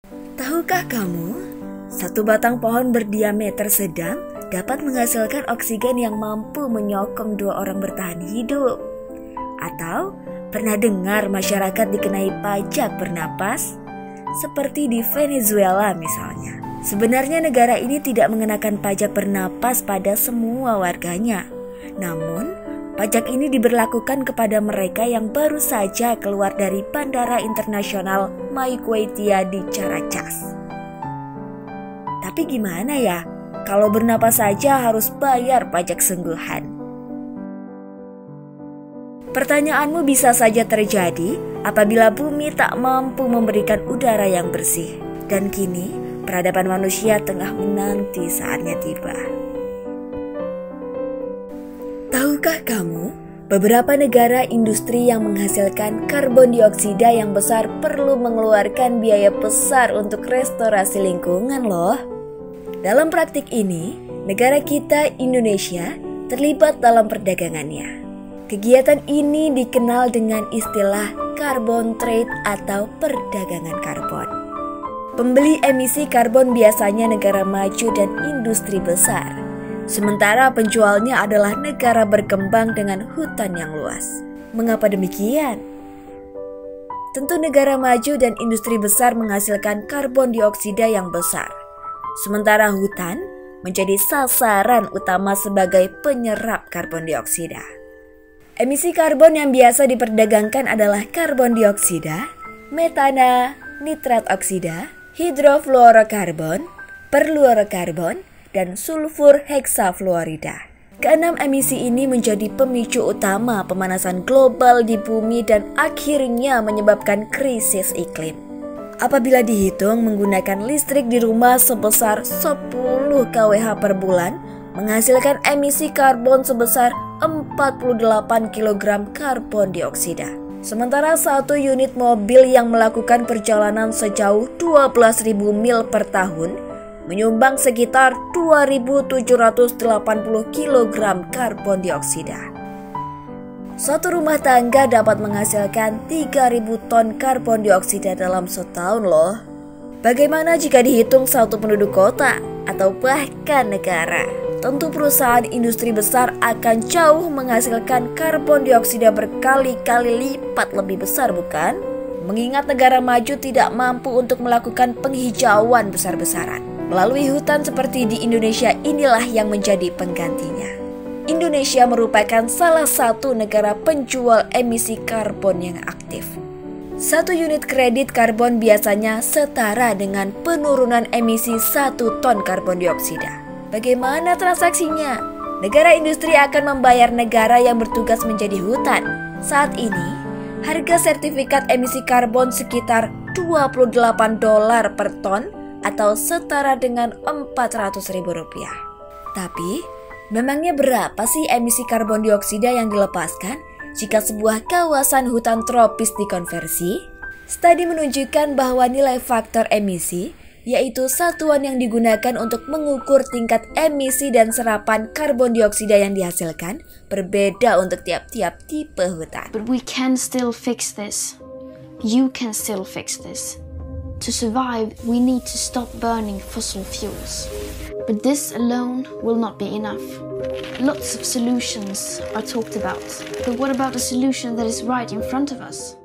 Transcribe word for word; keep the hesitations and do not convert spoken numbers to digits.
Tahukah kamu, satu batang pohon berdiameter sedang dapat menghasilkan oksigen yang mampu menyokong dua orang bertahan hidup? Atau pernah dengar masyarakat dikenai pajak bernapas? Seperti di Venezuela misalnya. Sebenarnya negara ini tidak mengenakan pajak bernapas pada semua warganya. Namun, pajak ini diberlakukan kepada mereka yang baru saja keluar dari Bandara Internasional Maiquetía di Caracas. Tapi gimana ya, kalau bernapas saja harus bayar pajak sungguhan? Pertanyaanmu bisa saja terjadi apabila bumi tak mampu memberikan udara yang bersih. Dan kini, peradaban manusia tengah menanti saatnya tiba. Tahukah kamu, beberapa negara industri yang menghasilkan karbon dioksida yang besar perlu mengeluarkan biaya besar untuk restorasi lingkungan loh. Dalam praktik ini, negara kita Indonesia terlibat dalam perdagangannya. Kegiatan ini dikenal dengan istilah carbon trade atau perdagangan karbon. Pembeli emisi karbon biasanya negara maju dan industri besar. Sementara penjualnya adalah negara berkembang dengan hutan yang luas. Mengapa demikian? Tentu negara maju dan industri besar menghasilkan karbon dioksida yang besar. Sementara hutan menjadi sasaran utama sebagai penyerap karbon dioksida. Emisi karbon yang biasa diperdagangkan adalah karbon dioksida, metana, nitrat oksida, hidrofluorokarbon, perfluorokarbon, dan sulfur heksafluorida. Keenam emisi ini menjadi pemicu utama pemanasan global di bumi dan akhirnya menyebabkan krisis iklim. Apabila dihitung menggunakan listrik di rumah sebesar sepuluh kilowatt per bulan, menghasilkan emisi karbon sebesar empat puluh delapan kilogram karbon dioksida. Sementara satu unit mobil yang melakukan perjalanan sejauh dua belas ribu mil per tahun menyumbang sekitar dua ribu tujuh ratus delapan puluh kilogram karbon dioksida. Satu rumah tangga dapat menghasilkan tiga ribu ton karbon dioksida dalam setahun loh. Bagaimana jika dihitung satu penduduk kota atau bahkan negara? Tentu perusahaan industri besar akan jauh menghasilkan karbon dioksida berkali-kali lipat lebih besar, bukan? Mengingat negara maju tidak mampu untuk melakukan penghijauan besar-besaran. Melalui hutan seperti di Indonesia inilah yang menjadi penggantinya. Indonesia merupakan salah satu negara penjual emisi karbon yang aktif. Satu unit kredit karbon biasanya setara dengan penurunan emisi satu ton karbon dioksida. Bagaimana transaksinya? Negara industri akan membayar negara yang bertugas menjadi hutan. Saat ini, harga sertifikat emisi karbon sekitar dua puluh delapan dolar per ton atau setara dengan empat ratus ribu rupiah. Tapi, memangnya berapa sih emisi karbon dioksida yang dilepaskan jika sebuah kawasan hutan tropis dikonversi? Studi menunjukkan bahwa nilai faktor emisi, yaitu satuan yang digunakan untuk mengukur tingkat emisi dan serapan karbon dioksida yang dihasilkan, berbeda untuk tiap-tiap tipe hutan. But we can still fix this. You can still fix this. To survive, we need to stop burning fossil fuels. But this alone will not be enough. Lots of solutions are talked about. But what about a solution that is right in front of us?